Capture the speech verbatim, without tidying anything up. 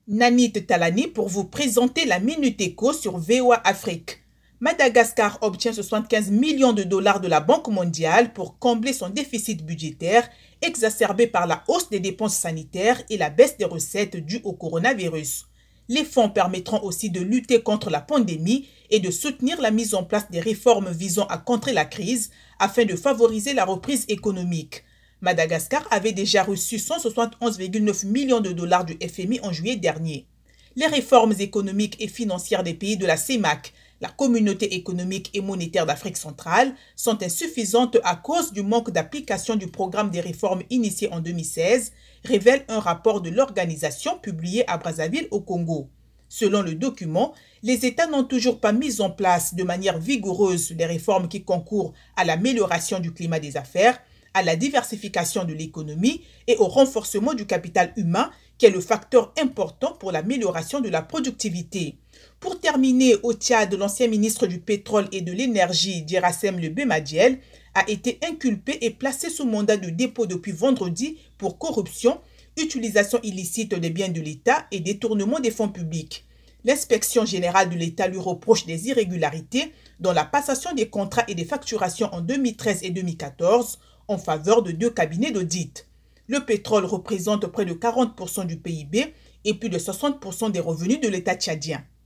Nanit Talani pour vous présenter la Minute Éco sur V O A Afrique. Madagascar obtient soixante-quinze millions de dollars de la Banque mondiale pour combler son déficit budgétaire exacerbé par la hausse des dépenses sanitaires et la baisse des recettes dues au coronavirus. Les fonds permettront aussi de lutter contre la pandémie et de soutenir la mise en place des réformes visant à contrer la crise afin de favoriser la reprise économique. Madagascar avait déjà reçu cent soixante-onze virgule neuf millions de dollars du F M I en juillet dernier. Les réformes économiques et financières des pays de la C E M A C, la Communauté économique et monétaire d'Afrique centrale, sont insuffisantes à cause du manque d'application du programme des réformes initié en deux mille seize, révèle un rapport de l'organisation publié à Brazzaville au Congo. Selon le document, les États n'ont toujours pas mis en place de manière vigoureuse les réformes qui concourent à l'amélioration du climat des affaires, à la diversification de l'économie et au renforcement du capital humain, qui est le facteur important pour l'amélioration de la productivité. Pour terminer, au Tchad, l'ancien ministre du Pétrole et de l'Énergie, Dirassem Le Bemadiel, a été inculpé et placé sous mandat de dépôt depuis vendredi pour corruption, utilisation illicite des biens de l'État et détournement des fonds publics. L'inspection générale de l'État lui reproche des irrégularités dans la passation des contrats et des facturations en deux mille treize et deux mille quatorze en faveur de deux cabinets d'audit. Le pétrole représente près de quarante pour cent du P I B et plus de soixante pour cent des revenus de l'État tchadien.